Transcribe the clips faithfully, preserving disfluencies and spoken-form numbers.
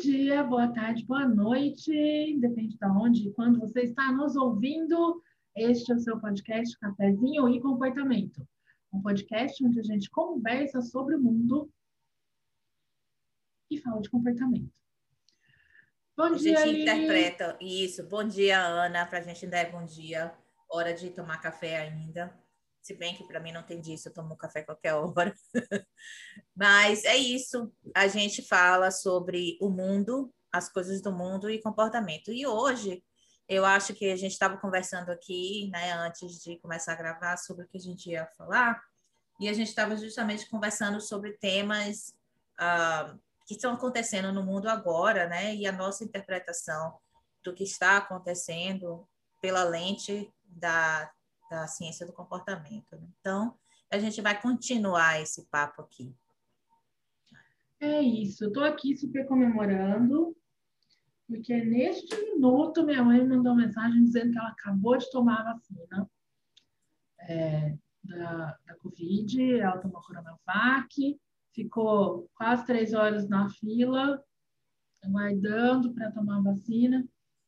dia, boa tarde, boa noite, depende de onde e quando você está nos ouvindo. Este é o seu podcast Cafezinho e Comportamento, um podcast onde a gente conversa sobre o mundo e fala de comportamento. Bom A dia, gente Lili! interpreta isso. Bom dia, Ana. Para a gente ainda é bom dia. Hora de tomar café ainda. Se bem que para mim não tem disso, eu tomo café qualquer hora. Mas é isso. A gente fala sobre o mundo, as coisas do mundo e comportamento. E hoje, eu acho que a gente estava conversando aqui, né, antes de começar a gravar, sobre o que a gente ia falar. E a gente estava justamente conversando sobre temas ah, que estão acontecendo no mundo agora, né? E a nossa interpretação do que está acontecendo pela lente da, da ciência do comportamento, né? Então, a gente vai continuar esse papo aqui. É isso, eu estou aqui super comemorando, porque neste minuto minha mãe me mandou uma mensagem dizendo que ela acabou de tomar a vacina é, da, da Covid, ela tomou Coronavac, ficou quase três horas na fila, aguardando para tomar a vacina.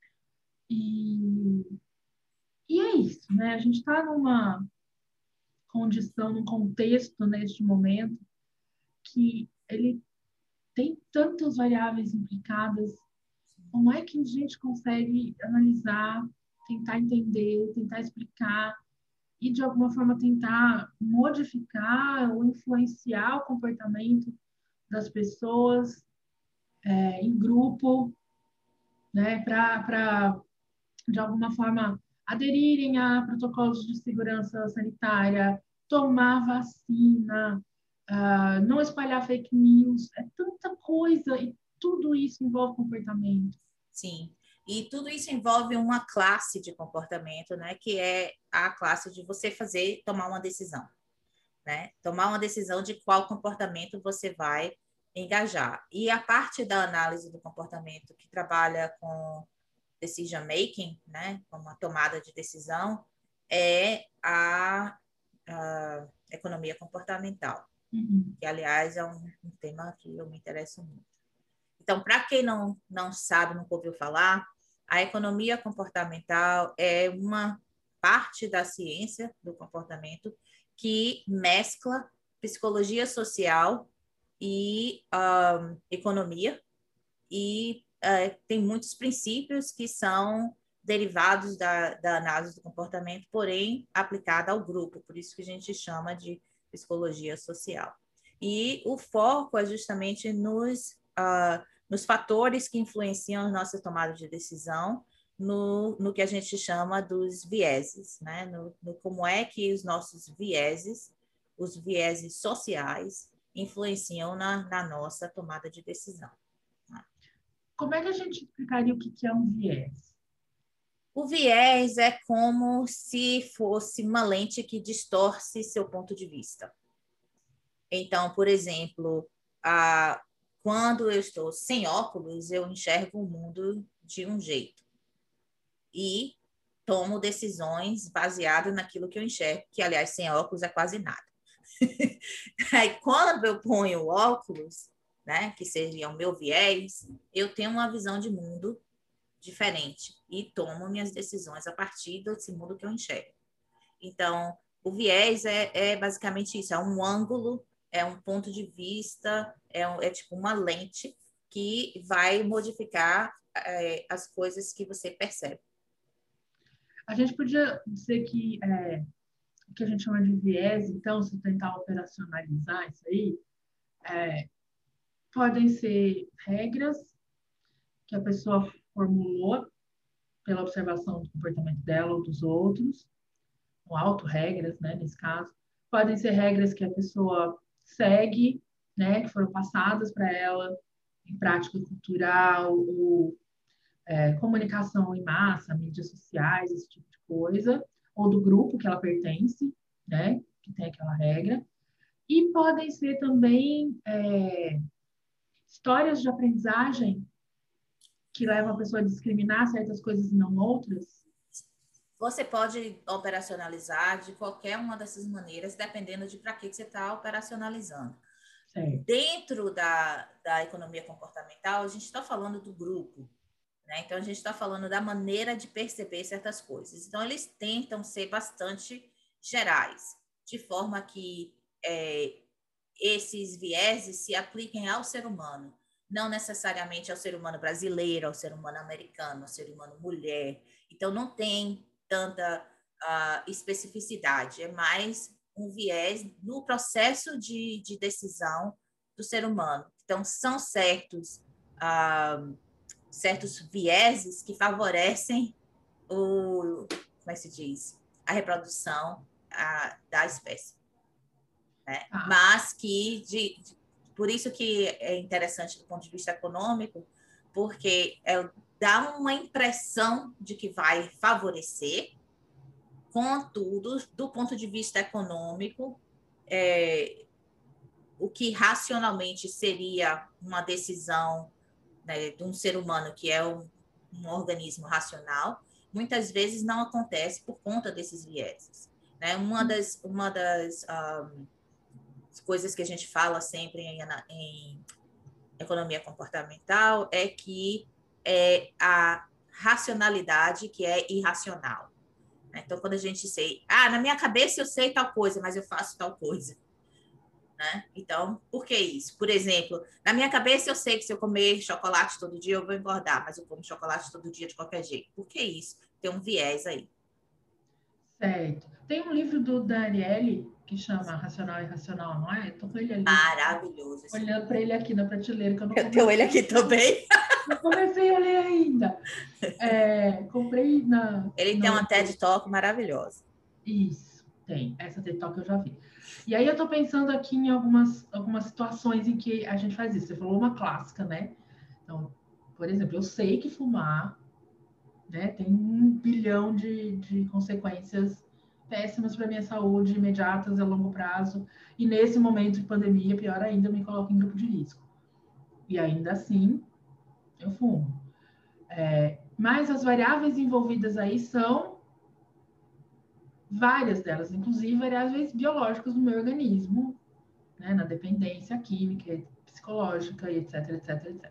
E, e é isso, né? A gente está numa condição, num contexto neste momento que ele tem tantas variáveis implicadas. Como é que a gente consegue analisar, tentar entender, tentar explicar e, de alguma forma, tentar modificar ou influenciar o comportamento das pessoas é, em grupo, né, para, de alguma forma, aderirem a protocolos de segurança sanitária, tomar vacina, uh, não espalhar fake news, é tanta coisa e tudo isso envolve comportamento. Sim, e tudo isso envolve uma classe de comportamento, né? Que é a classe de você fazer, tomar uma decisão, né? Tomar uma decisão de qual comportamento você vai engajar. E a parte da análise do comportamento que trabalha com decision making, né? Com a tomada de decisão, é a, a economia comportamental, Uhum. que, aliás, é um, um tema que eu me interesso muito. Então, para quem não, não sabe, nunca ouviu falar, a economia comportamental é uma parte da ciência do comportamento que mescla psicologia social e um, economia, e uh, tem muitos princípios que são derivados da, da análise do comportamento, porém aplicada ao grupo, por isso que a gente chama de psicologia social. E o foco é justamente nos, uh, nos fatores que influenciam a nossa tomada de decisão, no, no que a gente chama dos vieses, né? no, no como é que os nossos vieses, os vieses sociais, influenciam na, na nossa tomada de decisão. Como é que a gente explicaria o que é um viés? O viés é como se fosse uma lente que distorce seu ponto de vista. Então, por exemplo, a, quando eu estou sem óculos, eu enxergo o mundo de um jeito. E tomo decisões baseadas naquilo que eu enxergo, que, aliás, sem óculos é quase nada. Aí, quando eu ponho óculos, né, que seria o meu viés, eu tenho uma visão de mundo diferente e tomo minhas decisões a partir desse mundo que eu enxergo. Então, o viés é, é basicamente isso, é um ângulo, é um ponto de vista, é, um, é tipo uma lente que vai modificar é, as coisas que você percebe. A gente podia dizer que é, o que a gente chama de viés, então, se tentar operacionalizar isso aí, é, podem ser regras que a pessoa formulou pela observação do comportamento dela ou dos outros, ou auto-regras, né, nesse caso. Podem ser regras que a pessoa segue, né, que foram passadas para ela em prática cultural, ou é, comunicação em massa, mídias sociais, esse tipo de coisa, ou do grupo que ela pertence, né, que tem aquela regra. E podem ser também é, histórias de aprendizagem que levam a pessoa a discriminar certas coisas e não outras. Você pode operacionalizar de qualquer uma dessas maneiras, dependendo de para que você está operacionalizando. Certo. Dentro da, da economia comportamental, a gente está falando do grupo, né? Então, a gente está falando da maneira de perceber certas coisas. Então, eles tentam ser bastante gerais, de forma que é, esses vieses se apliquem ao ser humano, não necessariamente ao ser humano brasileiro, ao ser humano americano, ao ser humano mulher. Então, não tem tanta uh, especificidade, é mais um viés no processo de, de decisão do ser humano. Então, são certos, uh, certos vieses que favorecem o, como é que se diz? A reprodução a, da espécie. Né? Tá. Mas que, de, de, por isso que é interessante do ponto de vista econômico, porque é, dá uma impressão de que vai favorecer, contudo, do ponto de vista econômico, é, o que racionalmente seria uma decisão, né, de um ser humano que é um, um organismo racional, muitas vezes não acontece por conta desses vieses. Né? Uma das, uma das um, coisas que a gente fala sempre em, em economia comportamental é que é a racionalidade que é irracional. Então, quando a gente sei, ah, na minha cabeça eu sei tal coisa, mas eu faço tal coisa. Né? Então, por que isso? Por exemplo, na minha cabeça eu sei que se eu comer chocolate todo dia eu vou engordar, mas eu como chocolate todo dia de qualquer jeito. Por que isso? Tem um viés aí. Certo. Tem um livro do Daniele que chama Racional e Irracional, não é? Estou com ele ali. Maravilhoso. Olhando para ele aqui na prateleira, que eu não comecei. Eu tenho ele aqui também. Não comecei a ler ainda. É, comprei na... Ele no... tem uma TED Talk maravilhosa. Isso, tem. Essa TED Talk eu já vi. E aí eu estou pensando aqui em algumas, algumas situações em que a gente faz isso. Você falou uma clássica, né? Então, por exemplo, eu sei que fumar, né, tem um bilhão de, de consequências péssimas para minha saúde, imediatas, a longo prazo. E nesse momento de pandemia, pior ainda, eu me coloco em grupo de risco. E ainda assim, eu fumo. É, mas as variáveis envolvidas aí são várias delas, inclusive variáveis biológicas do meu organismo, né, na dependência química, psicológica, e etc, etc, etcétera.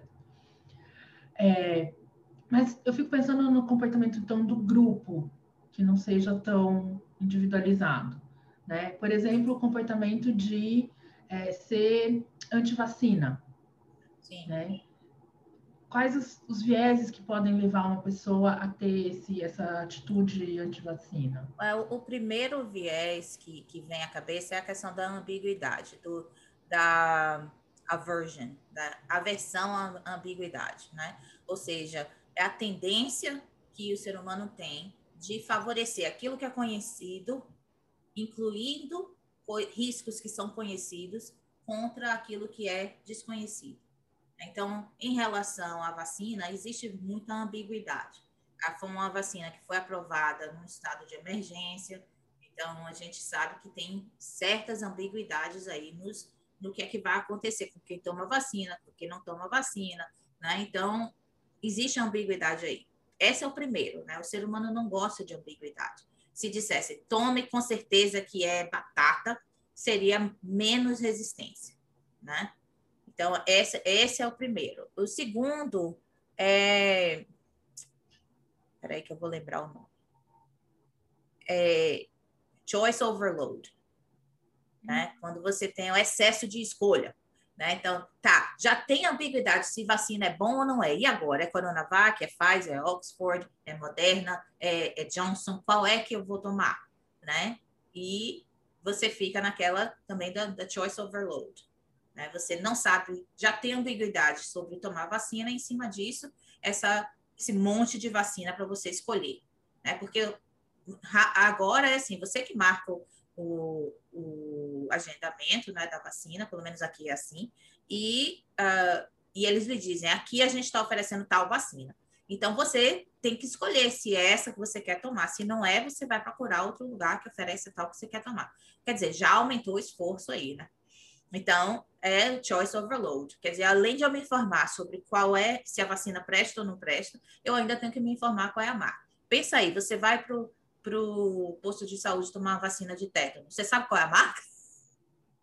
É, mas eu fico pensando no comportamento, então, do grupo, que não seja tão individualizado. Né? Por exemplo, o comportamento de é, ser antivacina. Sim. Né? Quais os, os vieses que podem levar uma pessoa a ter esse, essa atitude antivacina? O, o primeiro viés que, que vem à cabeça é a questão da ambiguidade, do, da aversion, da aversão à ambiguidade, né? Ou seja, é a tendência que o ser humano tem de favorecer aquilo que é conhecido, incluindo riscos que são conhecidos, contra aquilo que é desconhecido. Então, em relação à vacina, existe muita ambiguidade. Foi uma vacina que foi aprovada num estado de emergência, então a gente sabe que tem certas ambiguidades aí nos, no que é que vai acontecer com quem toma vacina, com quem não toma vacina, né? Então, existe ambiguidade aí. Esse é o primeiro, né? O ser humano não gosta de ambiguidade. Se dissesse, tome com certeza que é batata, seria menos resistência, né? Então, esse, esse é o primeiro. O segundo é... Espera aí que eu vou lembrar o nome. É choice overload. Né? Quando você tem o excesso de escolha. Né? Então, tá, já tem ambiguidade se vacina é bom ou não é. E agora? É Coronavac, é Pfizer, é Oxford, é Moderna, é, é Johnson? Qual é que eu vou tomar? Né? E você fica naquela também da, da choice overload. Né? Você não sabe, já tem ambiguidade sobre tomar vacina, e em cima disso, essa, esse monte de vacina para você escolher. Né? Porque agora é assim, você que marca o, o, o agendamento, né, da vacina, pelo menos aqui é assim, e, uh, e eles lhe dizem, aqui a gente está oferecendo tal vacina. Então, você tem que escolher se é essa que você quer tomar. Se não é, você vai procurar outro lugar que oferece tal que você quer tomar. Quer dizer, já aumentou o esforço aí, né? Então, é choice overload. Quer dizer, além de eu me informar sobre qual é, se a vacina presta ou não presta, eu ainda tenho que me informar qual é a marca. Pensa aí, você vai para o posto de saúde tomar uma vacina de tétano. Você sabe qual é a marca?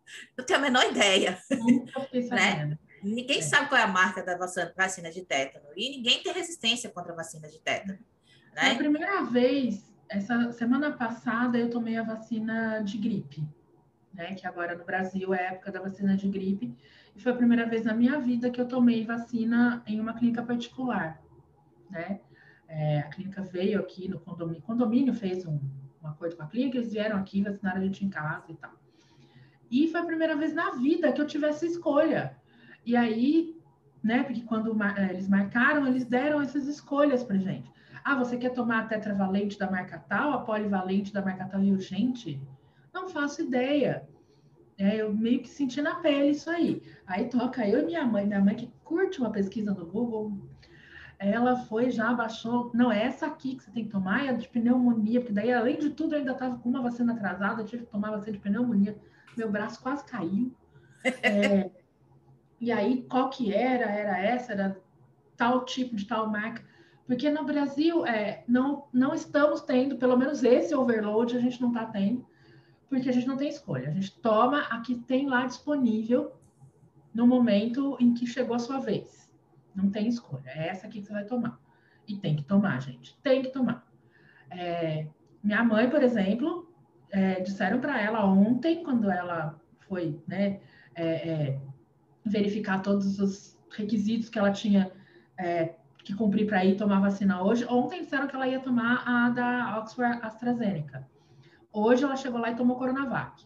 Não tenho a menor ideia. Nunca fiquei Né? sabendo. Ninguém É. sabe qual é a marca da vacina de tétano. E ninguém tem resistência contra a vacina de tétano. Foi a Né? primeira vez, essa semana passada, eu tomei a vacina de gripe, né? Que agora no Brasil é a época da vacina de gripe. E foi a primeira vez na minha vida que eu tomei vacina em uma clínica particular, né? É, a clínica veio aqui no condomínio, o condomínio fez um, um acordo com a clínica, eles vieram aqui, vacinaram a gente em casa e tal. E foi a primeira vez na vida que eu tivesse escolha. E aí, né, porque quando eles marcaram, eles deram essas escolhas pra gente. Ah, você quer tomar a tetravalente da marca tal, a polivalente da marca tal? E eu, gente, não faço ideia. É, eu meio que senti na pele isso aí. Aí toca eu e minha mãe, minha mãe que curte uma pesquisa no Google, ela foi, já baixou. Não, é essa aqui que você tem que tomar, é a de pneumonia, porque daí, além de tudo, eu ainda estava com uma vacina atrasada, eu tive que tomar vacina de pneumonia. Meu braço quase caiu. É, e aí, qual que era? Era essa, era tal tipo de tal marca. Porque no Brasil, é, não, não estamos tendo, pelo menos esse overload, a gente não está tendo, porque a gente não tem escolha. A gente toma a que tem lá disponível no momento em que chegou a sua vez. Não tem escolha. É essa aqui que você vai tomar. E tem que tomar, gente. Tem que tomar. É, minha mãe, por exemplo, é, disseram para ela ontem, quando ela foi, né, é, é, verificar todos os requisitos que ela tinha é, que cumprir para ir tomar vacina hoje. Ontem disseram que ela ia tomar a da Oxford AstraZeneca. Hoje ela chegou lá e tomou Coronavac.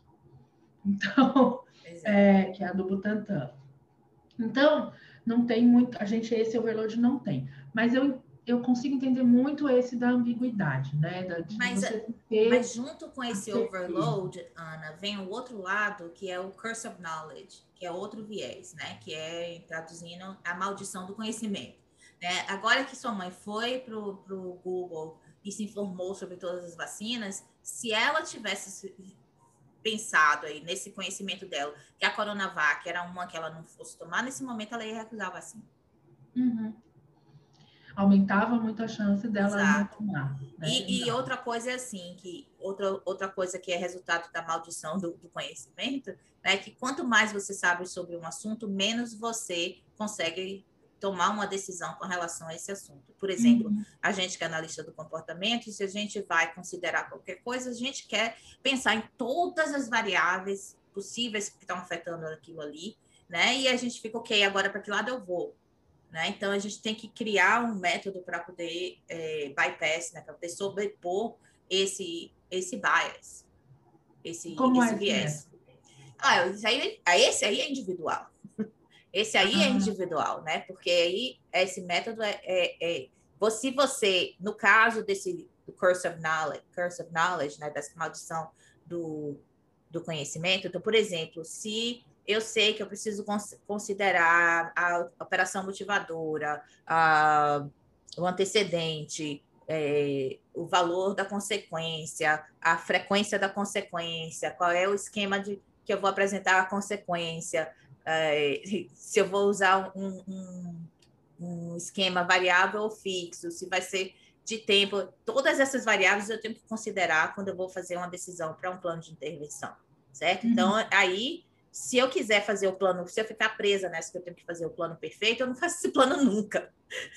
Então, É. é, que é a do Butantan. Então, não tem muito, a gente esse overload não tem. Mas eu, eu consigo entender muito esse da ambiguidade, né? Da, de Mas, você ter mas junto com a esse certeza. overload, Ana, vem o outro lado, que é o curse of knowledge, que é outro viés, né? Que é, traduzindo, a maldição do conhecimento. Né? Agora que sua mãe foi para o Google e se informou sobre todas as vacinas, se ela tivesse pensado aí nesse conhecimento dela, que a Coronavac era uma que ela não fosse tomar, nesse momento ela ia recusar a vacina. Uhum. Aumentava muito a chance dela não Exato. tomar, né? E, e outra coisa é assim, que outra, outra coisa que é resultado da maldição do, do conhecimento, é que quanto mais você sabe sobre um assunto, menos você consegue tomar uma decisão com relação a esse assunto. Por exemplo, Uhum. a gente que é analista do comportamento, se a gente vai considerar qualquer coisa, a gente quer pensar em todas as variáveis possíveis que estão afetando aquilo ali, né? E a gente fica, ok, agora para que lado eu vou? Né? Então, a gente tem que criar um método para poder é, bypass, né? Para poder sobrepor esse, esse bias, esse, Como é esse esse viés. método? Ah, esse aí, esse aí é individual. Esse aí é Ah, individual, né? Porque aí esse método é, é, é se você, no caso desse do curse of knowledge, curse of knowledge, né? Dessa maldição do, do conhecimento. Então, por exemplo, se eu sei que eu preciso considerar a operação motivadora, a, o antecedente, é, o valor da consequência, a frequência da consequência, qual é o esquema de que eu vou apresentar a consequência, é, se eu vou usar um, um, um esquema variável ou fixo, se vai ser de tempo, todas essas variáveis eu tenho que considerar quando eu vou fazer uma decisão para um plano de intervenção, certo? Então, uhum. aí, se eu quiser fazer o plano, se eu ficar presa nessa que eu tenho que fazer o plano perfeito, eu não faço esse plano nunca,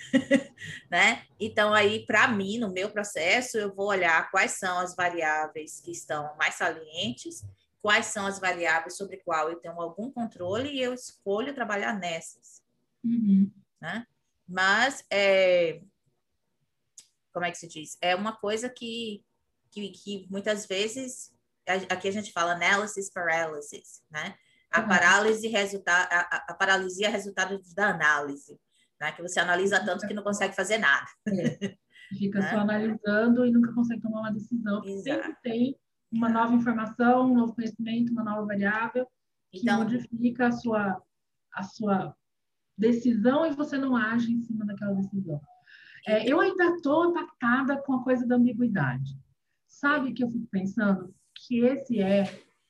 né? Então, aí, para mim, no meu processo, eu vou olhar quais são as variáveis que estão mais salientes, quais são as variáveis sobre qual eu tenho algum controle e eu escolho trabalhar nessas, Uhum. né? Mas, é, como é que se diz? É uma coisa que, que, que muitas vezes, aqui a gente fala analysis paralysis, né? A Uhum. parálise resulta, a, a paralisia é resultado da análise, né? Que você analisa tanto que não consegue fazer nada. É. Fica só Né? analisando e nunca consegue tomar uma decisão, porque sempre Exato, tem uma exato. nova informação, um novo conhecimento, uma nova variável que Então, modifica a sua, a sua decisão e você não age em cima daquela decisão. É, então eu ainda estou impactada com a coisa da ambiguidade. Sabe que eu fico pensando que esse é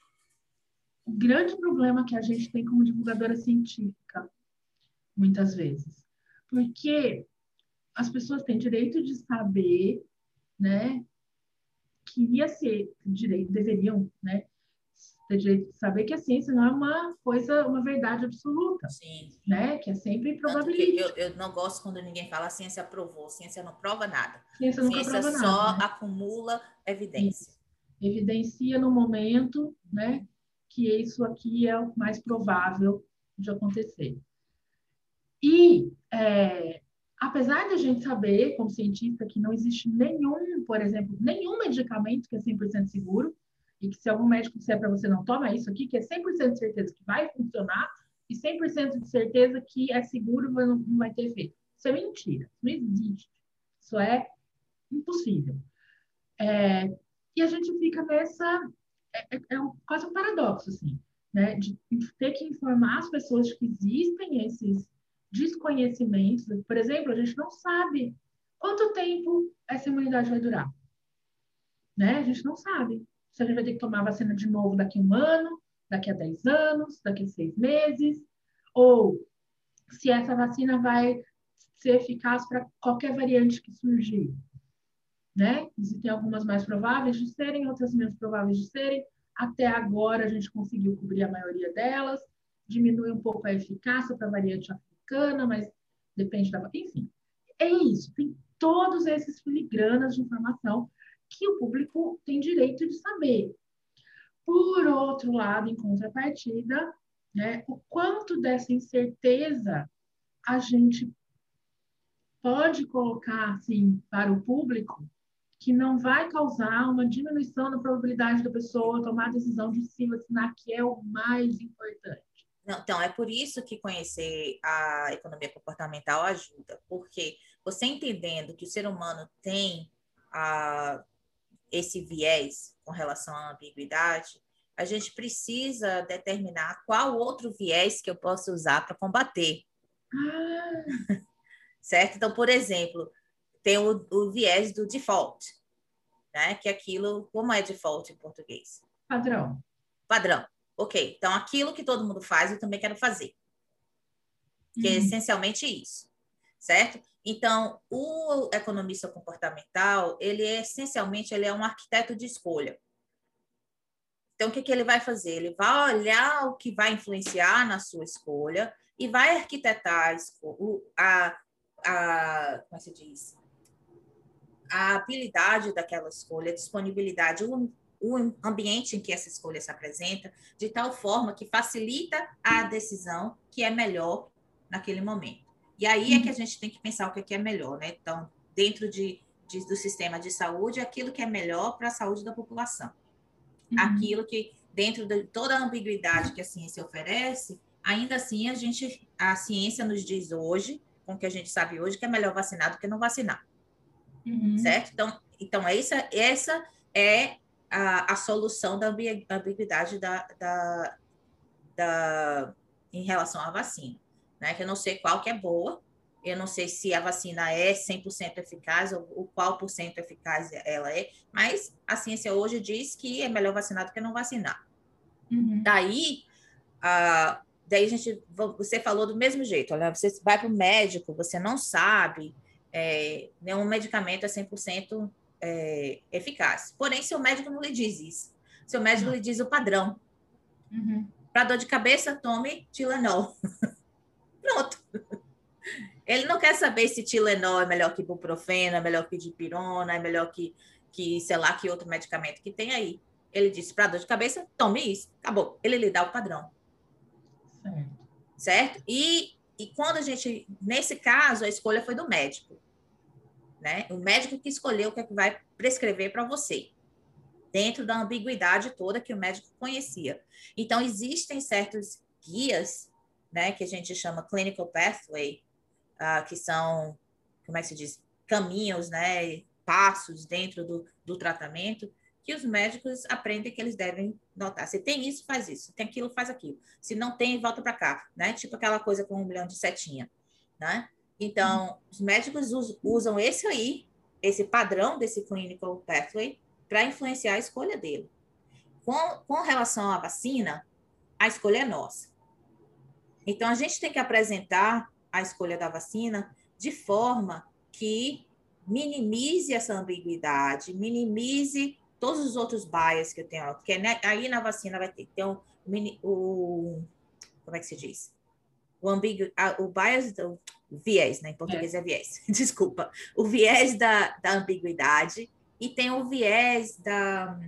o grande problema que a gente tem como divulgadora científica, muitas vezes. Porque as pessoas têm direito de saber, né, que ia ser direito, deveriam, né, ter direito de saber que a ciência não é uma coisa, uma verdade absoluta, Sim. né? Que é sempre Tanto que eu, probabilística. eu não gosto quando ninguém fala a ciência provou, a ciência não prova nada. Ciência A nunca ciência prova nada, só né? acumula evidência. Isso. Evidencia no momento, né, que isso aqui é o mais provável de acontecer. E, é, apesar de a gente saber, como cientista, que não existe nenhum, por exemplo, nenhum medicamento que é cem por cento seguro, e que se algum médico disser para você não toma isso aqui, que é cem por cento de certeza que vai funcionar, e cem por cento de certeza que é seguro, mas não vai ter efeito. Isso é mentira, isso não existe. Isso é impossível. É, e a gente fica nessa. É, é, é um, quase um paradoxo, assim, né? De ter que informar as pessoas de que existem esses desconhecimentos. Por exemplo, a gente não sabe quanto tempo essa imunidade vai durar, né? A gente não sabe se a gente vai ter que tomar vacina de novo daqui a um ano, daqui a dez anos, daqui a seis meses, ou se essa vacina vai ser eficaz para qualquer variante que surgir, né? Existem algumas mais prováveis de serem, outras menos prováveis de serem. Até agora a gente conseguiu cobrir a maioria delas, diminui um pouco a eficácia para a variante africana, mas depende da. Enfim, é isso. Tem todos esses filigranas de informação que o público tem direito de saber. Por outro lado, em contrapartida, né, o quanto dessa incerteza a gente pode colocar assim para o público que não vai causar uma diminuição na probabilidade da pessoa tomar a decisão de se vacinar, que é o mais importante. Não, então, é por isso que conhecer a economia comportamental ajuda, porque você entendendo que o ser humano tem a, esse viés com relação à ambiguidade, a gente precisa determinar qual outro viés que eu posso usar para combater. Ah, Certo? Então, por exemplo, tem o, o viés do default, né? Que é aquilo, como é default em português? padrão. Padrão. Ok, então aquilo que todo mundo faz, eu também quero fazer. Que é Uhum. essencialmente isso, certo? Então, o economista comportamental, ele é essencialmente ele é um arquiteto de escolha. Então, o que, que ele vai fazer? Ele vai olhar o que vai influenciar na sua escolha e vai arquitetar a, a, a como é que se diz? A habilidade daquela escolha, a disponibilidade, o, o ambiente em que essa escolha se apresenta, de tal forma que facilita a decisão que é melhor naquele momento. E aí é que a gente tem que pensar o que é melhor, né? Então, dentro de, de, do sistema de saúde, aquilo que é melhor para a saúde da população. Uhum. Aquilo que, dentro de toda a ambiguidade que a ciência oferece, ainda assim a gente, a ciência nos diz hoje, com o que a gente sabe hoje, que é melhor vacinar do que não vacinar. Uhum. Certo? Então, então essa, essa é a, a solução da ambiguidade da, da, da, em relação à vacina. Né? Que eu não sei qual que é boa, eu não sei se a vacina é cem por cento eficaz ou, ou qual por cento eficaz ela é, mas a ciência hoje diz que é melhor vacinar do que não vacinar. Uhum. Daí, a, daí a gente, você falou do mesmo jeito, olha, você vai para o médico, você não sabe, é, nenhum medicamento é cem por cento é, eficaz. Porém, seu médico não lhe diz isso. Seu médico Não. lhe diz o padrão. Uhum. Para dor de cabeça, tome Tilenol. Pronto. Ele não quer saber se Tilenol é melhor que ibuprofeno, é melhor que dipirona, é melhor que, que sei lá, que outro medicamento que tem aí. Ele disse, para dor de cabeça, tome isso. Acabou. Ele lhe dá o padrão. Certo. Certo? E, e quando a gente, nesse caso, a escolha foi do médico. Né? O médico que escolheu o que é que vai prescrever para você, dentro da ambiguidade toda que o médico conhecia. Então, existem certos guias, né, que a gente chama clinical pathway, uh, que são, como é que se diz, caminhos, né, passos dentro do, do tratamento, que os médicos aprendem que eles devem notar. Se tem isso, faz isso. Se tem aquilo, faz aquilo. Se não tem, volta para cá, né? Tipo aquela coisa com um milhão de setinha, né? Então, os médicos usam esse aí, esse padrão desse clinical pathway, para influenciar a escolha dele. Com, com relação à vacina, a escolha é nossa. Então, a gente tem que apresentar a escolha da vacina de forma que minimize essa ambiguidade, minimize todos os outros bias que eu tenho, porque né, aí na vacina vai ter, ter um, o, como é que se diz? O ambíguo, o bias, o viés, né? Em português é, é viés, desculpa. O viés da, da ambiguidade e tem o viés da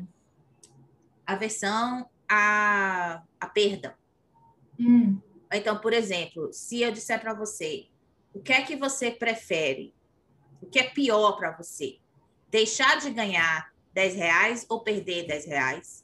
aversão à, à perda. Hum. Então, por exemplo, se eu disser para você, o que é que você prefere? O que é pior para você? Deixar de ganhar dez reais ou perder dez reais?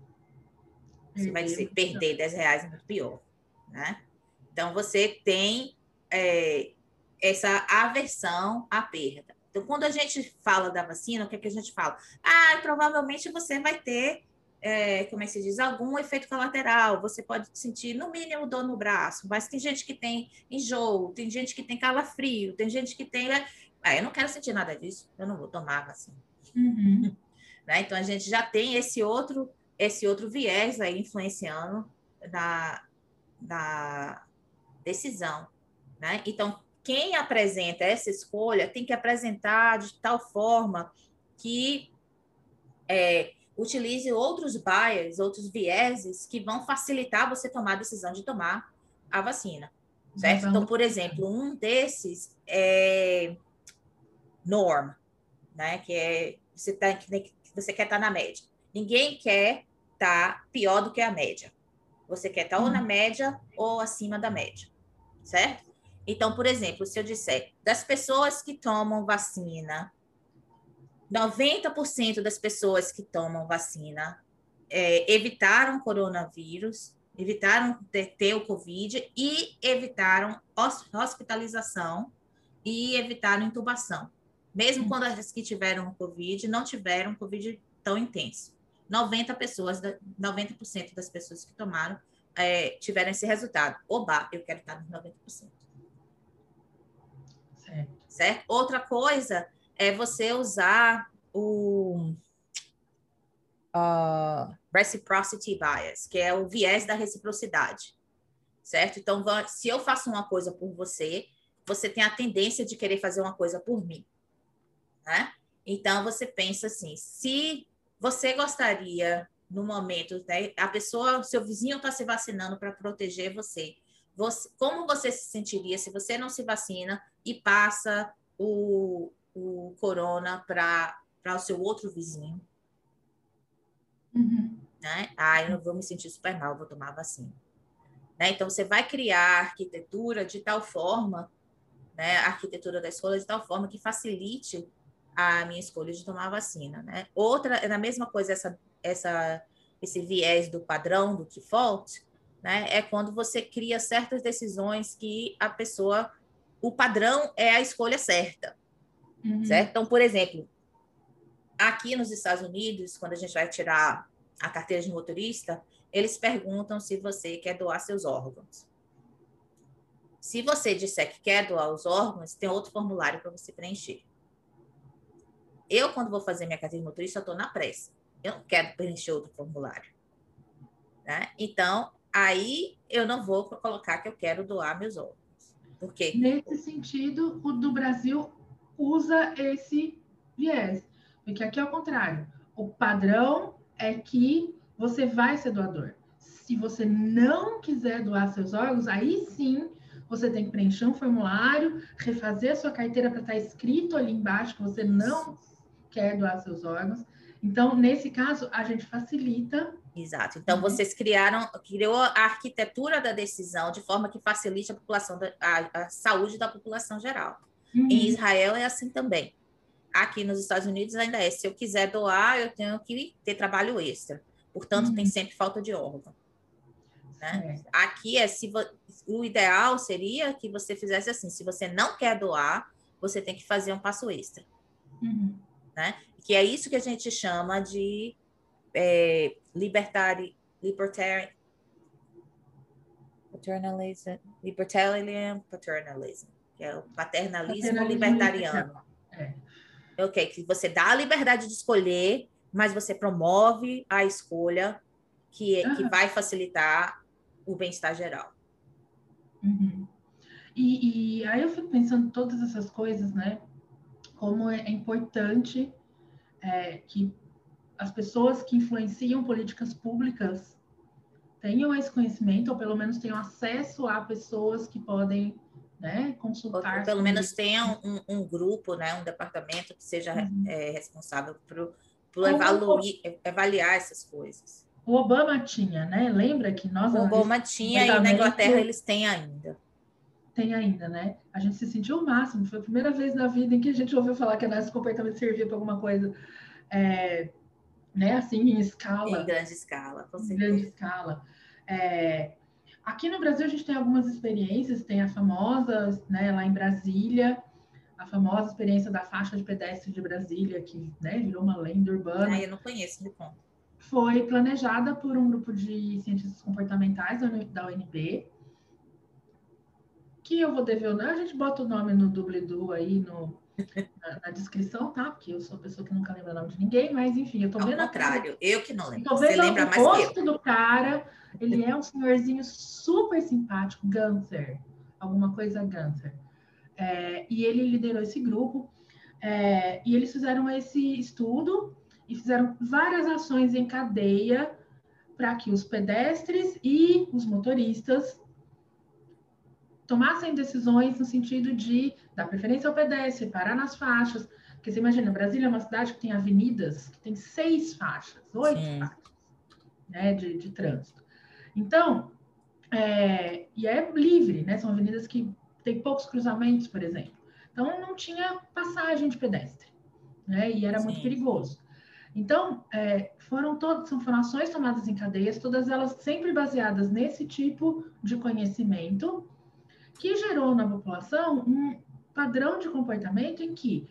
Você vai dizer, perder dez reais é muito pior, né? Então, você tem é, essa aversão à perda. Então, quando a gente fala da vacina, o que é que a gente fala? Ah, provavelmente você vai ter, é, como é que se diz, algum efeito colateral. Você pode sentir, no mínimo, dor no braço. Mas tem gente que tem enjoo, tem gente que tem calafrio, tem gente que tem... Ah, eu não quero sentir nada disso, eu não vou tomar vacina. Uhum. Né? Então, a gente já tem esse outro, esse outro viés aí influenciando na, na decisão. Né? Então, quem apresenta essa escolha tem que apresentar de tal forma que é, utilize outros bias, outros vieses que vão facilitar você tomar a decisão de tomar a vacina. Certo? Então, por exemplo, um desses é norm, né? Que é você, tá, que você quer estar tá na média. Ninguém quer estar tá pior do que a média. Você quer estar tá ou na média ou acima da média, certo? Então, por exemplo, se eu disser das pessoas que tomam vacina, noventa por cento das pessoas que tomam vacina é, evitaram coronavírus, evitaram ter, ter o Covid e evitaram hospitalização e evitaram intubação. Mesmo quando as que tiveram Covid, não tiveram Covid tão intenso. noventa pessoas, noventa por cento das pessoas que tomaram é, tiveram esse resultado. Oba, eu quero estar nos noventa por cento. Certo. Certo? Outra coisa é você usar o uh, reciprocity bias, que é o viés da reciprocidade. Certo? Então, se eu faço uma coisa por você, você tem a tendência de querer fazer uma coisa por mim. Né? Então, você pensa assim, se você gostaria, no momento, né, a pessoa, seu vizinho está se vacinando para proteger você, você, como você se sentiria se você não se vacina e passa o, o corona para o seu outro vizinho? Uhum. Né? Ah, eu não vou me sentir super mal, vou tomar a vacina. Né? Então, você vai criar a arquitetura de tal forma, né, a arquitetura da escola de tal forma que facilite a minha escolha de tomar a vacina, né? Outra, na mesma coisa, essa, essa, esse viés do padrão, do default, né? É quando você cria certas decisões que a pessoa, o padrão é a escolha certa, uhum. Certo? Então, por exemplo, aqui nos Estados Unidos, quando a gente vai tirar a carteira de motorista, eles perguntam se você quer doar seus órgãos. Se você disser que quer doar os órgãos, tem outro formulário para você preencher. Eu, quando vou fazer minha carteira de motorista, eu estou na pressa. Eu não quero preencher outro formulário. Né? Então, aí eu não vou colocar que eu quero doar meus órgãos. Por quê? Nesse sentido, o do Brasil usa esse viés. Porque aqui é o contrário. O padrão é que você vai ser doador. Se você não quiser doar seus órgãos, aí sim você tem que preencher um formulário, refazer a sua carteira para estar escrito ali embaixo que você não quer doar seus órgãos. Então, nesse caso, a gente facilita. Exato. Então, uhum. Vocês criaram, criou a arquitetura da decisão de forma que facilite a população, a, a saúde da população geral. Uhum. Em Israel é assim também. Aqui nos Estados Unidos ainda é. Se eu quiser doar, eu tenho que ter trabalho extra. Portanto, uhum. Tem sempre falta de órgão. Né? É. Aqui é se o ideal seria que você fizesse assim: se você não quer doar, você tem que fazer um passo extra. Uhum. Né? Que é isso que a gente chama de é, libertari, libertarian, paternalism, libertarian paternalism, que é o paternalismo, paternalismo libertariano. É. Ok, que você dá a liberdade de escolher, mas você promove a escolha que, uhum. que vai facilitar o bem-estar geral. Uhum. E, e aí eu fico pensando todas essas coisas, né? Como é importante é, que as pessoas que influenciam políticas públicas tenham esse conhecimento, ou pelo menos tenham acesso a pessoas que podem, né, consultar. Ou, ou pelo menos tenham um, um grupo, né, um departamento que seja uhum. é, responsável por, por evaluar, avaliar essas coisas. O Obama tinha, né? Lembra que nós... O Obama tinha e na Inglaterra eles têm ainda. Tem ainda, né? A gente se sentiu o máximo. Foi a primeira vez na vida em que a gente ouviu falar que a análise de comportamento servia para alguma coisa, é, né? Assim, em escala. Em grande escala, com certeza. Em grande escala. É, aqui no Brasil a gente tem algumas experiências, tem a famosa, né, lá em Brasília, a famosa experiência da faixa de pedestre de Brasília, que, né, virou uma lenda urbana. Ah, eu não conheço, me conta. Foi planejada por um grupo de cientistas comportamentais da U N B, que eu vou dever, né? A gente bota o nome no doobly-doo aí no, na, na descrição, tá? Porque eu sou a pessoa que nunca lembra o nome de ninguém, mas enfim, eu tô Ao vendo... Ao contrário, a... eu que não lembro. Tô vendo Você lembra o mais rosto que eu. do cara, ele é um senhorzinho super simpático, Ganser, alguma coisa Ganser. É, e ele liderou esse grupo, é, e eles fizeram esse estudo e fizeram várias ações em cadeia para que os pedestres e os motoristas tomassem decisões no sentido de dar preferência ao pedestre, parar nas faixas. Porque você imagina, Brasília é uma cidade que tem avenidas, que tem seis faixas, oito Sim. faixas, né, de, de trânsito. Então, é, e é livre, né? São avenidas que tem poucos cruzamentos, por exemplo. Então, não tinha passagem de pedestre, né? E era Sim. muito perigoso. Então, é, foram todas, são foram ações tomadas em cadeias, todas elas sempre baseadas nesse tipo de conhecimento, que gerou na população um padrão de comportamento em que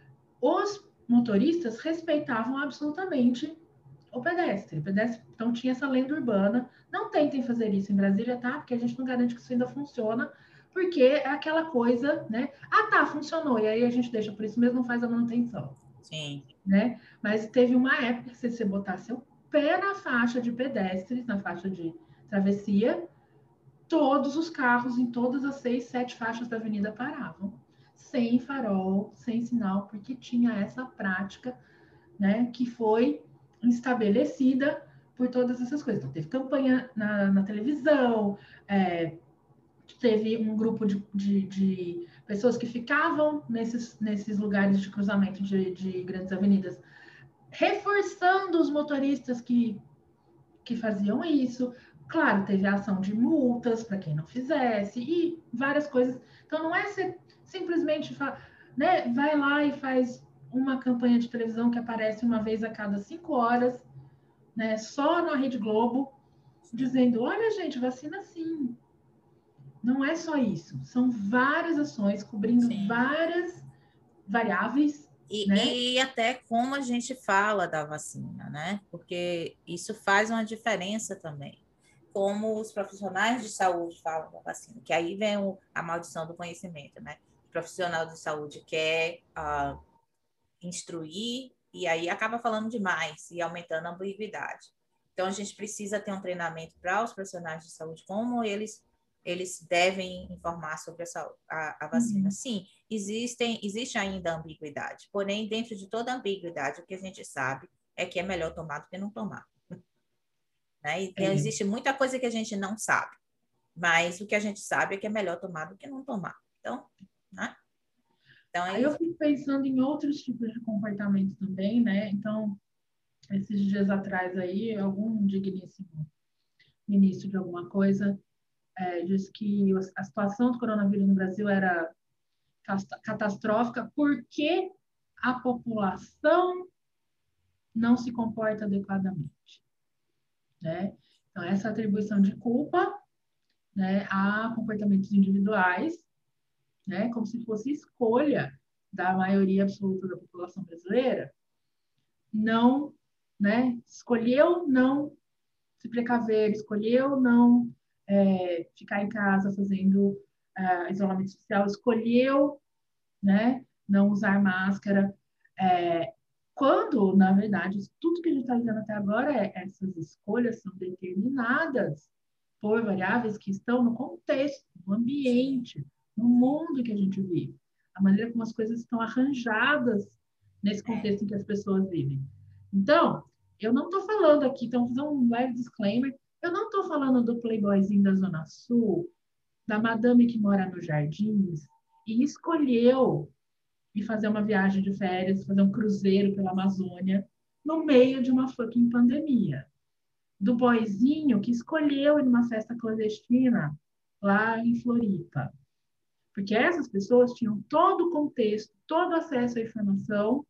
os motoristas respeitavam absolutamente o pedestre. O pedestre, então, tinha essa lenda urbana. Não tentem fazer isso em Brasília, tá? Porque a gente não garante que isso ainda funciona, porque é aquela coisa, né? Ah, tá, funcionou. E aí a gente deixa por isso mesmo, não faz a manutenção. Sim. Né? Mas teve uma época que se você botasse o pé na faixa de pedestres, na faixa de travessia, todos os carros em todas as seis, sete faixas da avenida paravam, sem farol, sem sinal, porque tinha essa prática, né, que foi estabelecida por todas essas coisas. Então, teve campanha na, na televisão, é, teve um grupo de, de, de pessoas que ficavam nesses, nesses lugares de cruzamento de, de grandes avenidas, reforçando os motoristas que, que faziam isso. Claro, teve a ação de multas para quem não fizesse e várias coisas. Então, não é ser, simplesmente, né, vai lá e faz uma campanha de televisão que aparece uma vez a cada cinco horas, né, só na Rede Globo, dizendo, olha, gente, vacina sim. Não é só isso. São várias ações cobrindo sim. várias variáveis. E, né? e até como a gente fala da vacina, né? Porque isso faz uma diferença também. Como os profissionais de saúde falam da vacina, que aí vem o, a maldição do conhecimento, né? O profissional de saúde quer uh, instruir e aí acaba falando demais e aumentando a ambiguidade. Então, a gente precisa ter um treinamento para os profissionais de saúde, como eles, eles devem informar sobre essa, a, a vacina. Uhum. Sim, existem, existe ainda ambiguidade, porém, dentro de toda a ambiguidade, o que a gente sabe é que é melhor tomar do que não tomar. Né? Então, é. existe muita coisa que a gente não sabe, mas o que a gente sabe é que é melhor tomar do que não tomar. Então, né? Então, é Aí isso. Eu fico pensando em outros tipos de comportamento também, né? Então, esses dias atrás aí, algum digníssimo ministro de alguma coisa é, disse que a situação do coronavírus no Brasil era catastrófica porque a população não se comporta adequadamente, né? Então, essa atribuição de culpa, né, a comportamentos individuais, né, como se fosse escolha da maioria absoluta da população brasileira, não, né, escolheu não se precaver, escolheu não é, ficar em casa fazendo uh, isolamento social, escolheu, né, não usar máscara, é, quando, na verdade, tudo que a gente está dizendo até agora é essas escolhas são determinadas por variáveis que estão no contexto, no ambiente, no mundo que a gente vive, a maneira como as coisas estão arranjadas nesse contexto em que as pessoas vivem. Então, eu não estou falando aqui, então vou fazer um leve disclaimer, eu não estou falando do playboyzinho da Zona Sul, da madame que mora nos Jardins e escolheu ir fazer uma viagem de férias, fazer um cruzeiro pela Amazônia, no meio de uma fucking pandemia. Do boyzinho que escolheu ir numa festa clandestina lá em Floripa. Porque essas pessoas tinham todo o contexto, todo o acesso à informação,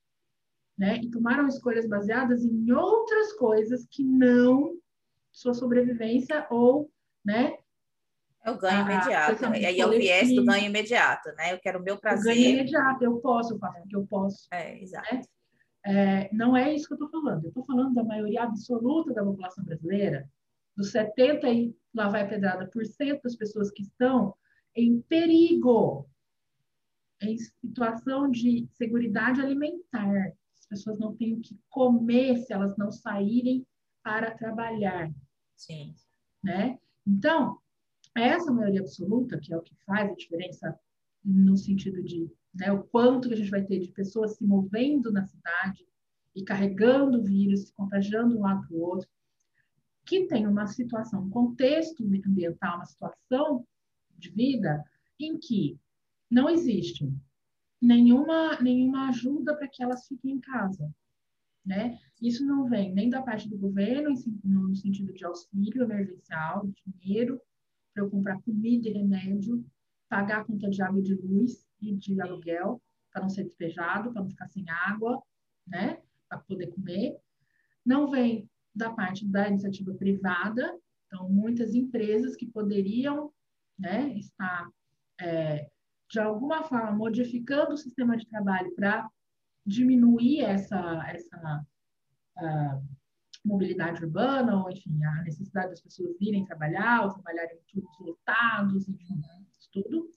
né? E tomaram escolhas baseadas em outras coisas que não sua sobrevivência ou, né, É o ganho a, a imediato. E aí é o viés do ganho imediato, né? Eu quero o meu o ganho prazer. imediato, eu posso, eu faço porque eu posso. É, exato. Né? É, não é isso que eu estou falando. Eu estou falando da maioria absoluta da população brasileira, dos setenta e lá vai pedrada por cento das pessoas que estão em perigo, em situação de seguridade alimentar. As pessoas não têm o que comer se elas não saírem para trabalhar. Sim. Né? Então, essa maioria absoluta, que é o que faz a diferença no sentido de, né, o quanto que a gente vai ter de pessoas se movendo na cidade e carregando o vírus, se contagiando de um lado para o outro, que tem uma situação, um contexto ambiental, uma situação de vida em que não existe nenhuma, nenhuma ajuda para que elas fiquem em casa. Né? Isso não vem nem da parte do governo, no sentido de auxílio emergencial, dinheiro, para eu comprar comida e remédio, pagar a conta de água e de luz e de aluguel, para não ser despejado, para não ficar sem água, né? Para poder comer. Não vem da parte da iniciativa privada, então, muitas empresas que poderiam, né, estar, é, de alguma forma, modificando o sistema de trabalho para diminuir essa, essa uh, mobilidade urbana, ou, enfim, a necessidade das pessoas irem trabalhar, ou trabalharem em turnos lotados, enfim, isso tudo.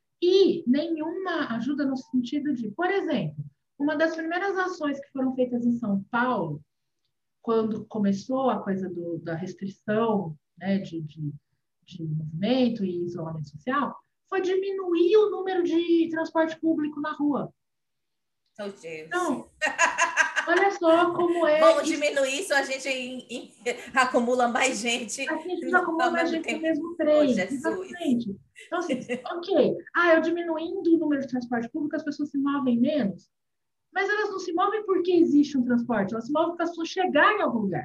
E nenhuma ajuda no sentido de, por exemplo, uma das primeiras ações que foram feitas em São Paulo, quando começou a coisa do, da restrição, né, de, de, de movimento e isolamento social, foi diminuir o número de transporte público na rua. Oh, Deus. Então, olha só como é... Vamos diminuir isso, a gente em, em, acumula mais gente. A gente acumula mais gente no mesmo trem. Oh, Jesus. Exatamente. Então, assim, ok. Ah, eu diminuindo o número de transporte público, as pessoas se movem menos. Mas elas não se movem porque existe um transporte. Elas se movem porque elas precisam chegar em algum lugar.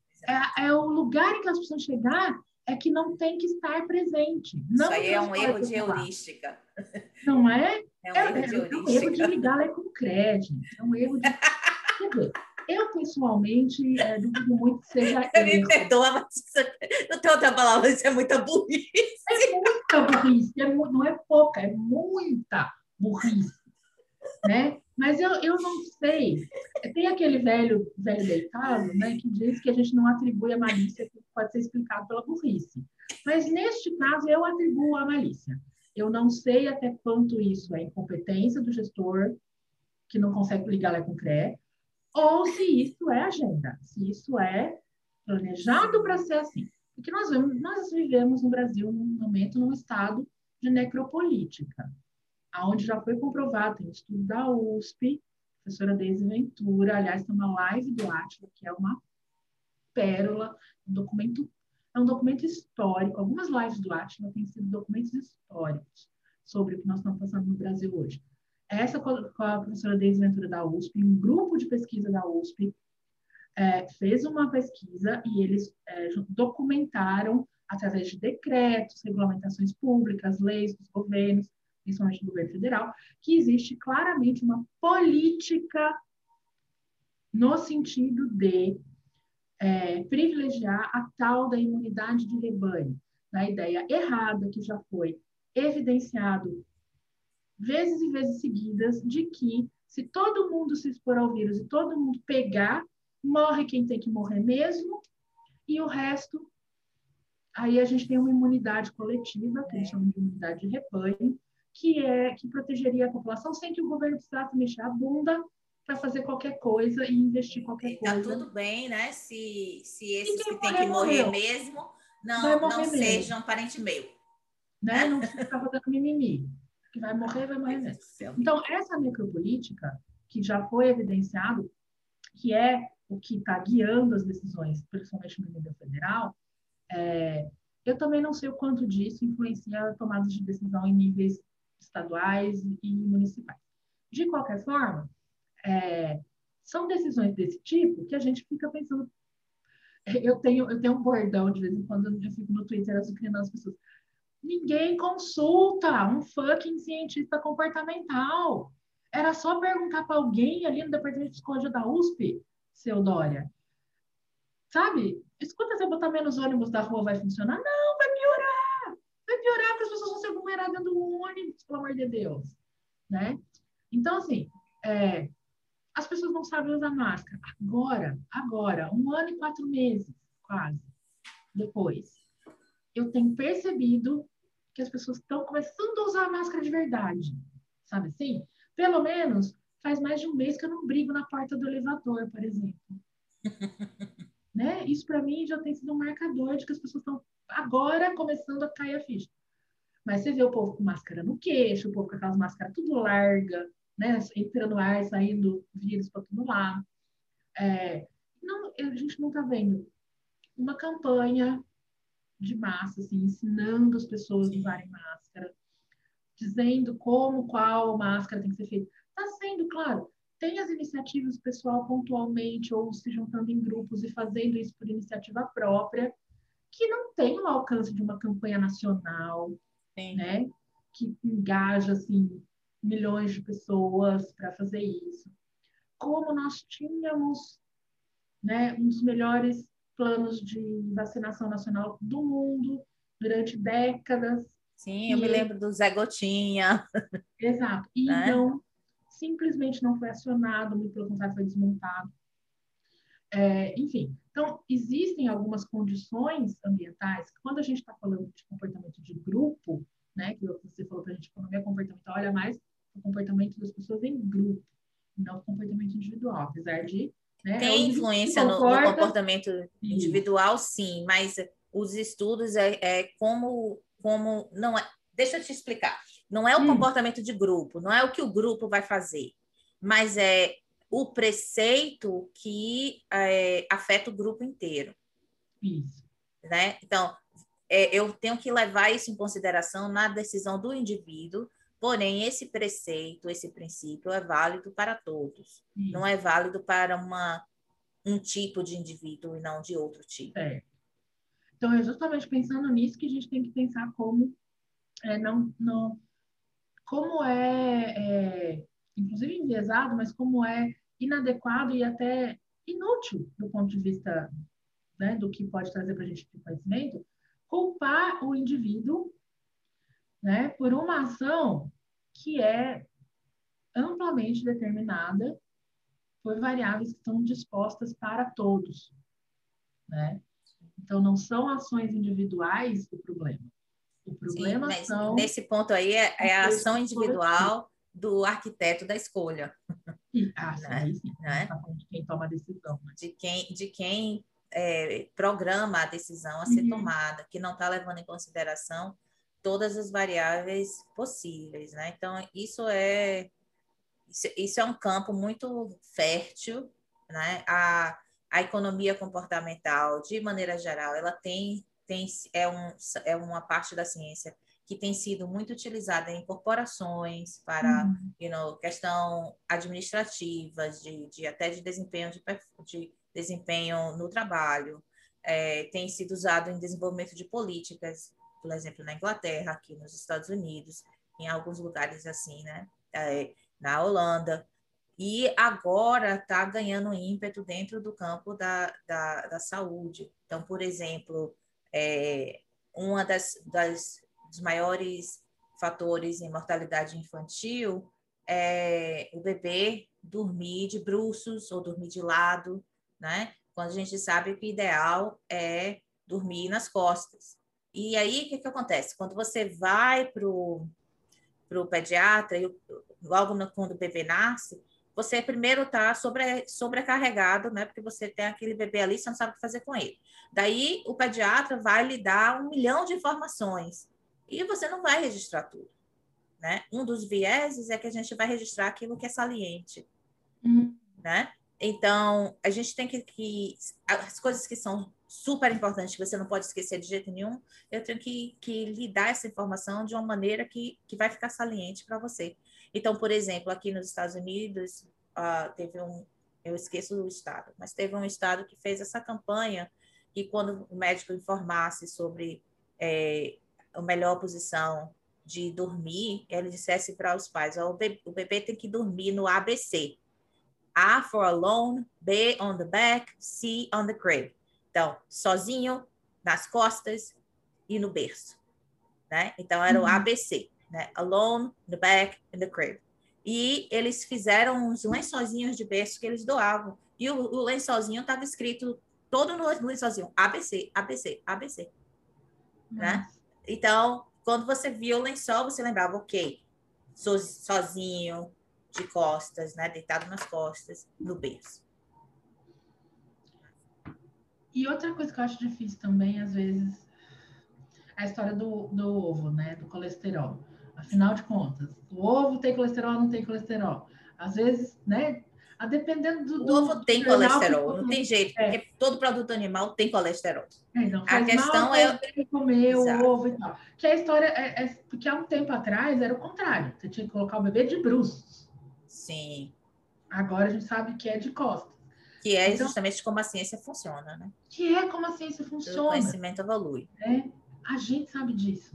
É, é o lugar em que elas precisam chegar é que não tem que estar presente. Não isso aí é um erro de heurística. Não é? É um é, erro é, de heurística. É um erro de ligar lá com crédito. É um erro de... Quer dizer, eu, pessoalmente, é, duvido muito que seja erro. Me perdoa, mas isso, não tem outra palavra, isso é muita burrice. É muita burrice, é mu... não é pouca, é muita burrice, né? Mas eu, eu não sei. Tem aquele velho, velho deitado, né, que diz que a gente não atribui a malícia que pode ser explicado pela burrice. Mas, neste caso, eu atribuo a malícia. Eu não sei até quanto isso é incompetência do gestor, que não consegue ligar lá com o C R E A, ou se isso é agenda, se isso é planejado para ser assim. Porque nós, vemos, nós vivemos no Brasil, num momento, num estado de necropolítica, onde já foi comprovado, tem um estudo da U S P, professora Deise Ventura, aliás, tem uma live do Átila, que é uma pérola, um documento, é um documento histórico. Algumas lives do Átila têm sido documentos históricos sobre o que nós estamos passando no Brasil hoje. Essa com a professora Deise Ventura da U S P, um grupo de pesquisa da U S P, é, fez uma pesquisa e eles é, documentaram, através de decretos, regulamentações públicas, leis dos governos, principalmente do governo federal, que existe claramente uma política no sentido de é, privilegiar a tal da imunidade de rebanho, na ideia errada que já foi evidenciado vezes e vezes seguidas de que se todo mundo se expor ao vírus e todo mundo pegar, morre quem tem que morrer mesmo, e o resto, aí a gente tem uma imunidade coletiva, que eles chamam de imunidade de rebanho, que é que protegeria a população sem que o governo precisasse mexer a bunda para fazer qualquer coisa e investir qualquer Tá coisa. Tudo bem, né? Se, se esses que morrer, têm que morrer morreu. mesmo não, vai morrer não mesmo. sejam parente meu. Né? Não precisa ficar fazendo mimimi. Que vai morrer, vai morrer mesmo. Então, essa necropolítica, que já foi evidenciado, que é o que está guiando as decisões, principalmente no nível federal, é, eu também não sei o quanto disso influencia a tomada de decisão em níveis estaduais e municipais. De qualquer forma, é, são decisões desse tipo que a gente fica pensando. Eu tenho, eu tenho um bordão, de vez em quando eu fico no Twitter azucrinando as pessoas. Ninguém consulta um fucking cientista comportamental. Era só perguntar para alguém ali no departamento de psicologia da U S P, seu Dória. Sabe? Escuta, se eu botar menos ônibus da rua, vai funcionar? Não, vai piorar. Vai piorar porque as pessoas vão ser vulneráveis dentro do ônibus, pelo amor de Deus. Né? Então, assim, é, as pessoas não sabem usar máscara. Agora, agora, um ano e quatro meses, quase, depois, eu tenho percebido que as pessoas estão começando a usar a máscara de verdade. Sabe assim? Pelo menos faz mais de um mês que eu não brigo na porta do elevador, por exemplo. Né? Isso, para mim, já tem sido um marcador de que as pessoas estão agora começando a cair a ficha. Mas você vê o povo com máscara no queixo, o povo com aquelas máscaras tudo larga, né? Entrando ar, saindo vírus para todo lado. É, não, a gente não está vendo uma campanha de massa, assim, ensinando as pessoas Sim. a usarem máscara, dizendo como, qual máscara tem que ser feita. Está sendo, claro, tem as iniciativas do pessoal pontualmente ou se juntando em grupos e fazendo isso por iniciativa própria, que não tem o alcance de uma campanha nacional, Sim. né? Que engaja, assim, milhões de pessoas para fazer isso. Como nós tínhamos, né, um dos melhores planos de vacinação nacional do mundo durante décadas. Sim, eu me lembro do Zé Gotinha. Exato. E né? Então, simplesmente não foi acionado, muito pelo contrário, foi desmontado. É, enfim, então, existem algumas condições ambientais que, quando a gente está falando de comportamento de grupo, né, que você falou para a gente, economia comportamental, olha mais o comportamento das pessoas em grupo, não o comportamento individual, apesar de... Né, tem é influência no, no comportamento individual, sim, mas os estudos é, é como, como... não é, deixa eu te explicar. Não é o hum. comportamento de grupo, não é o que o grupo vai fazer, mas é o preceito que é, afeta o grupo inteiro. Isso. Né? Então, é, eu tenho que levar isso em consideração na decisão do indivíduo, porém, esse preceito, esse princípio é válido para todos. Isso. Não é válido para uma, um tipo de indivíduo e não de outro tipo. É. Então, é justamente pensando nisso que a gente tem que pensar como é, não, não, como é, é, inclusive enviesado, mas como é inadequado e até inútil do ponto de vista, né, do que pode trazer para a gente de conhecimento, culpar o indivíduo, né, por uma ação que é amplamente determinada por variáveis que estão dispostas para todos, né? Então, não são ações individuais o problema. O problema Sim, mas são... nesse ponto aí é, é a ação individual do arquiteto da escolha. E, ah, sim, né? aí sim. Né? Tá falando de quem toma a decisão. Né? De quem, de quem é, programa a decisão a ser uhum. tomada, que não está levando em consideração todas as variáveis possíveis. Né? Então, isso é, isso, isso é um campo muito fértil. Né? A, a economia comportamental, de maneira geral, ela tem, tem é, um, é uma parte da ciência que tem sido muito utilizada em corporações para, uhum. you know, questão administrativa, de, de até de desempenho de, de desempenho no trabalho, é, tem sido usado em desenvolvimento de políticas, por exemplo, na Inglaterra, aqui nos Estados Unidos, em alguns lugares assim, né? É, na Holanda. E agora está ganhando ímpeto dentro do campo da, da, da saúde. Então, por exemplo, é, uma das, das dos maiores fatores em mortalidade infantil é o bebê dormir de bruços ou dormir de lado, né? Quando a gente sabe que o ideal é dormir nas costas. E aí, o que, que acontece? Quando você vai para o pediatra, e logo no, quando o bebê nasce, você primeiro está sobre, sobrecarregado, né? Porque você tem aquele bebê ali, você não sabe o que fazer com ele. Daí, o pediatra vai lhe dar um milhão de informações. E você não vai registrar tudo, né? Um dos vieses é que a gente vai registrar aquilo que é saliente, hum. né? Então, a gente tem que, que... As coisas que são super importantes, que você não pode esquecer de jeito nenhum, eu tenho que, que lhe dar essa informação de uma maneira que, que vai ficar saliente para você. Então, por exemplo, aqui nos Estados Unidos, uh, teve um... Eu esqueço do estado, mas teve um estado que fez essa campanha que quando o médico informasse sobre é, a melhor posição de dormir, ele dissesse para os pais, oh, o, bebê, o bebê tem que dormir no A B C. A for alone, B on the back, C on the crib. Então, sozinho, nas costas e no berço. Né? Então, era o A B C. Né? Alone, the back and the crib. E eles fizeram uns lençozinhos de berço que eles doavam. E o, o lençozinho estava escrito todo no lençozinho. A B C, A B C, A B C. Né? Então, quando você via o lençol, você lembrava, ok, so, sozinho, de costas, né? Deitado nas costas, no berço. E outra coisa que eu acho difícil também, às vezes, é a história do, do ovo, né? Do colesterol. Afinal de contas, o ovo tem colesterol ou não tem colesterol? Às vezes, né? A dependendo do, o do ovo tem colesterol, que... não tem jeito, é. porque todo produto animal tem colesterol. É, não, a questão mal é comer Exato. o ovo e tal. Que a história é, é porque há um tempo atrás era o contrário. Você tinha que colocar o bebê de bruços. Sim. Agora a gente sabe que é de costas. Que é então, justamente como a ciência funciona, né? Que é como a ciência funciona. O conhecimento evolui. É, a gente sabe disso.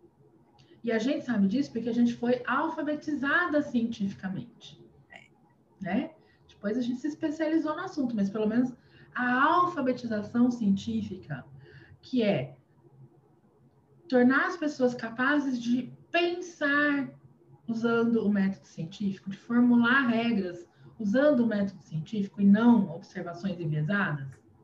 E a gente sabe disso porque a gente foi alfabetizada cientificamente. É. Né? Depois a gente se especializou no assunto, mas pelo menos a alfabetização científica, que é tornar as pessoas capazes de pensar usando o método científico, de formular regras usando o método científico e não observações enviesadas,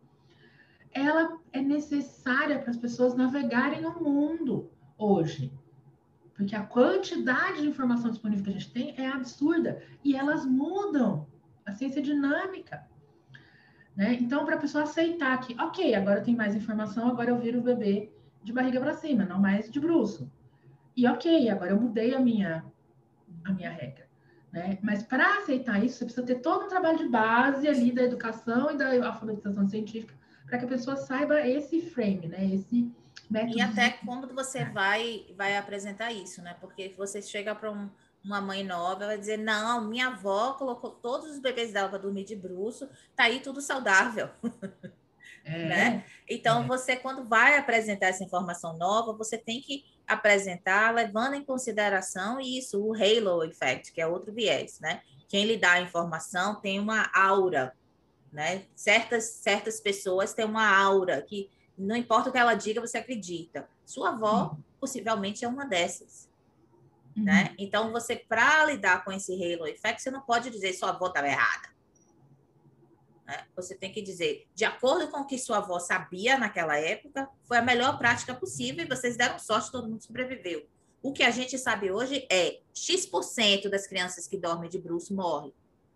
ela é necessária para as pessoas navegarem no mundo hoje. Porque a quantidade de informação disponível que a gente tem é absurda e elas mudam. A ciência é dinâmica. Né? Então, para a pessoa aceitar que, ok, agora eu tenho mais informação, agora eu viro o bebê de barriga para cima, não mais de bruço. E ok, agora eu mudei a minha, a minha regra. Né? Mas para aceitar isso, você precisa ter todo um trabalho de base ali da educação e da alfabetização científica para que a pessoa saiba esse frame, né? Esse método. E até quando você vai, vai apresentar isso, né? Porque você chega para um, uma mãe nova, vai dizer, não, minha avó colocou todos os bebês dela para dormir de bruço, tá aí tudo saudável. É, né? Então, é. você, quando vai apresentar essa informação nova, você tem que apresentar levando em consideração isso, o halo effect, que é outro viés, né? Quem lhe dá a informação tem uma aura, né? Certas, certas pessoas têm uma aura que não importa o que ela diga, você acredita. Sua avó, Sim. possivelmente, é uma dessas. Uhum. Né? Então, você, para lidar com esse halo effect, você não pode dizer que sua avó estava errada. Né? Você tem que dizer, de acordo com o que sua avó sabia naquela época, foi a melhor prática possível e vocês deram sorte, todo mundo sobreviveu. O que a gente sabe hoje é X por cento das crianças que dormem de bruço morrem.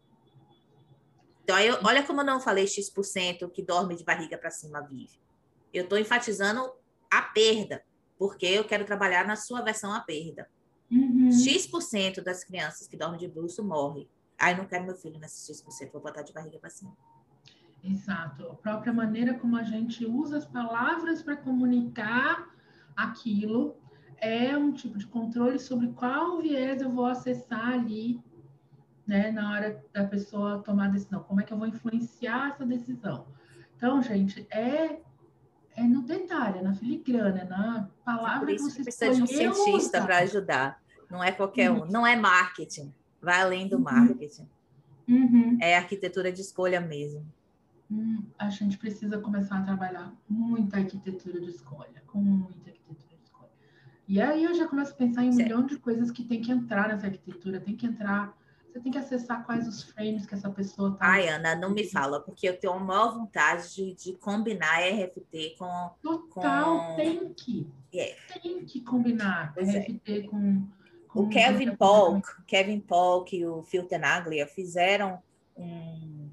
Então, eu, olha como eu não falei X por cento que dorme de barriga para cima vive. Eu estou enfatizando a perda, porque eu quero trabalhar na sua versão a perda. Uhum. X por cento das crianças que dormem de bruço morrem. Aí não quero meu filho nesse X por cento, vou botar de barriga para cima. Exato. A própria maneira como a gente usa as palavras para comunicar aquilo é um tipo de controle sobre qual viés eu vou acessar ali, né, na hora da pessoa tomar a decisão. Como é que eu vou influenciar essa decisão? Então, gente, é, é no detalhe, é na filigrana, é na palavra Por isso que você precisa de um cientista para ajudar. Não é qualquer um. Não é marketing. Vai além do uhum. marketing. Uhum. É arquitetura de escolha mesmo. Hum, a gente precisa começar a trabalhar muita arquitetura de escolha, com muita arquitetura de escolha. E aí eu já começo a pensar em um certo. milhão de coisas que tem que entrar nessa arquitetura, tem que entrar, você tem que acessar quais os frames que essa pessoa está... Ai, Ana, não me fala, porque eu tenho a maior vontade de, de combinar R F T com... Total, com... tem que, yeah. tem que combinar pois R F T é. com, com... O Kevin Polk, Kevin Polk e o Phil Tenaglia fizeram um...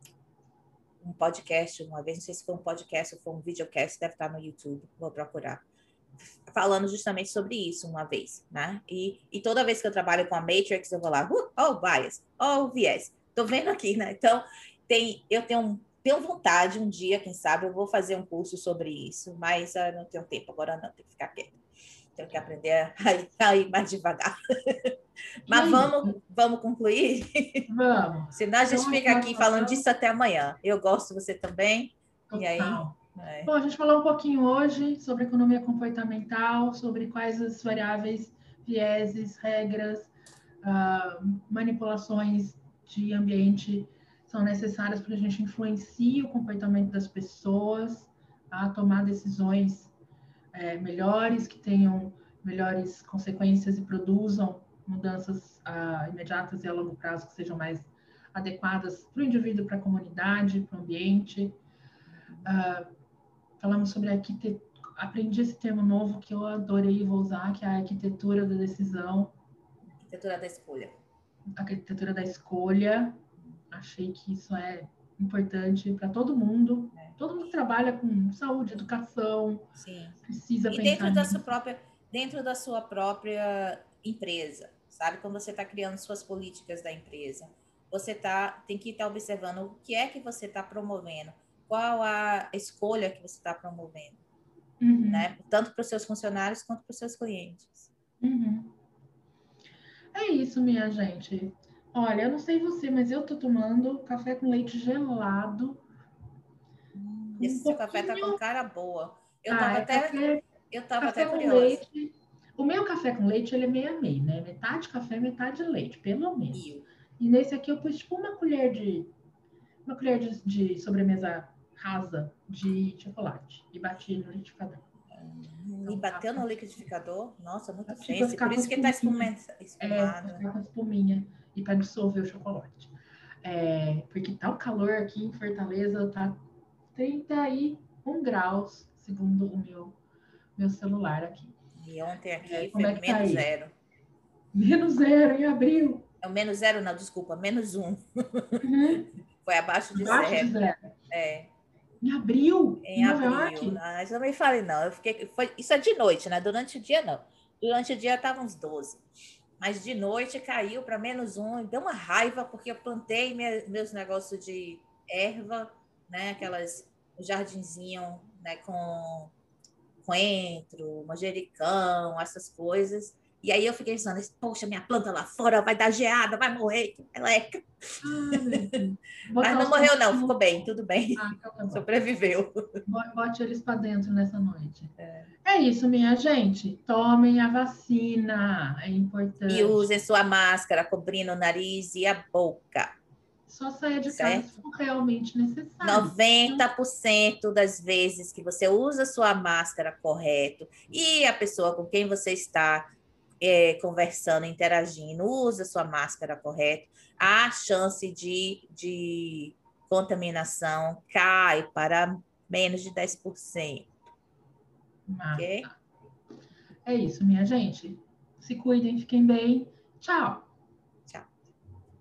um podcast uma vez, não sei se foi um podcast ou foi um videocast, deve estar no YouTube, vou procurar, falando justamente sobre isso uma vez, né? E, e toda vez que eu trabalho com a Matrix, eu vou lá, uh, oh, bias, oh, viés, tô vendo aqui, né? Então, tem, eu tenho, tenho vontade um dia, quem sabe, eu vou fazer um curso sobre isso, mas eu não tenho tempo agora não, tenho que ficar quieta. Tenho que aprender a ir, a ir mais devagar. E Mas é vamos, isso. vamos concluir? Vamos. Senão a gente Então, aqui fica nós aqui falando falamos disso até amanhã. Eu gosto, você também. E aí? total. É. Bom, a gente falou um pouquinho hoje sobre economia comportamental, sobre quais as variáveis, vieses, regras, uh, manipulações de ambiente são necessárias para a gente influenciar o comportamento das pessoas a tomar decisões é, melhores, que tenham melhores consequências e produzam mudanças uh, imediatas e a longo prazo que sejam mais adequadas para o indivíduo, para a comunidade, para o ambiente. Uh, falamos sobre arquitetura. Aprendi esse termo novo que eu adorei e vou usar, que é a arquitetura da decisão. Arquitetura da escolha. A arquitetura da escolha. Achei que isso é importante para todo mundo. É. Todo mundo que trabalha com saúde, educação, sim, precisa e pensar dentro da nisso. sua própria, dentro da sua própria empresa, sabe? Quando você está criando suas políticas da empresa, você tá, tem que estar tá observando o que é que você está promovendo, qual a escolha que você está promovendo, uhum. né? Tanto para os seus funcionários quanto para os seus clientes. Uhum. É isso, minha gente. Olha, eu não sei você, mas eu tô tomando café com leite gelado. Hum, esse um seu pouquinho... café tá com cara boa. Eu ah, tava é até, café, eu tava café até com curiosa. Leite. O meu café com leite, ele é meio a meio, né? Metade café, metade leite, pelo menos. E, e nesse aqui eu pus tipo uma colher de uma colher de, de sobremesa rasa de chocolate e bati no liquidificador. Hum, e bateu no liquidificador? Nossa, muito fancy. Por isso que tá espumado. É, pra ficar com espuminha e para dissolver o chocolate. É, porque tá o calor aqui em Fortaleza, tá trinta e um graus, segundo o meu, meu celular aqui. E ontem aqui é, foi é que menos tá zero. Menos zero em abril. É menos zero, não, desculpa, menos um. Uhum. Foi abaixo de abaixo zero. De zero. É. Em abril? Em, em abril. Mas não me fale, não. Eu fiquei, foi, isso é de noite, né? Durante o dia, não. Durante o dia estava uns doze. Mas de noite caiu para menos um. Deu uma raiva, porque eu plantei minha, meus negócios de erva, né? Aquelas, o jardinzinho, né? Com coentro, manjericão, essas coisas. E aí eu fiquei pensando, poxa, minha planta lá fora vai dar geada, vai morrer, que meleca. Ah, mas não morreu não, ficou bem, tudo bem. Ah, então tá sobreviveu. Bote eles para dentro nessa noite. É. é isso, minha gente. Tomem a vacina, é importante. E usem sua máscara cobrindo o nariz e a boca. Só saia de certo? casa se for realmente necessário. noventa por cento das vezes que você usa sua máscara correto e a pessoa com quem você está é, conversando, interagindo, usa sua máscara correto, a chance de, de contaminação cai para menos de dez por cento. Okay? É isso, minha gente. Se cuidem, fiquem bem. Tchau!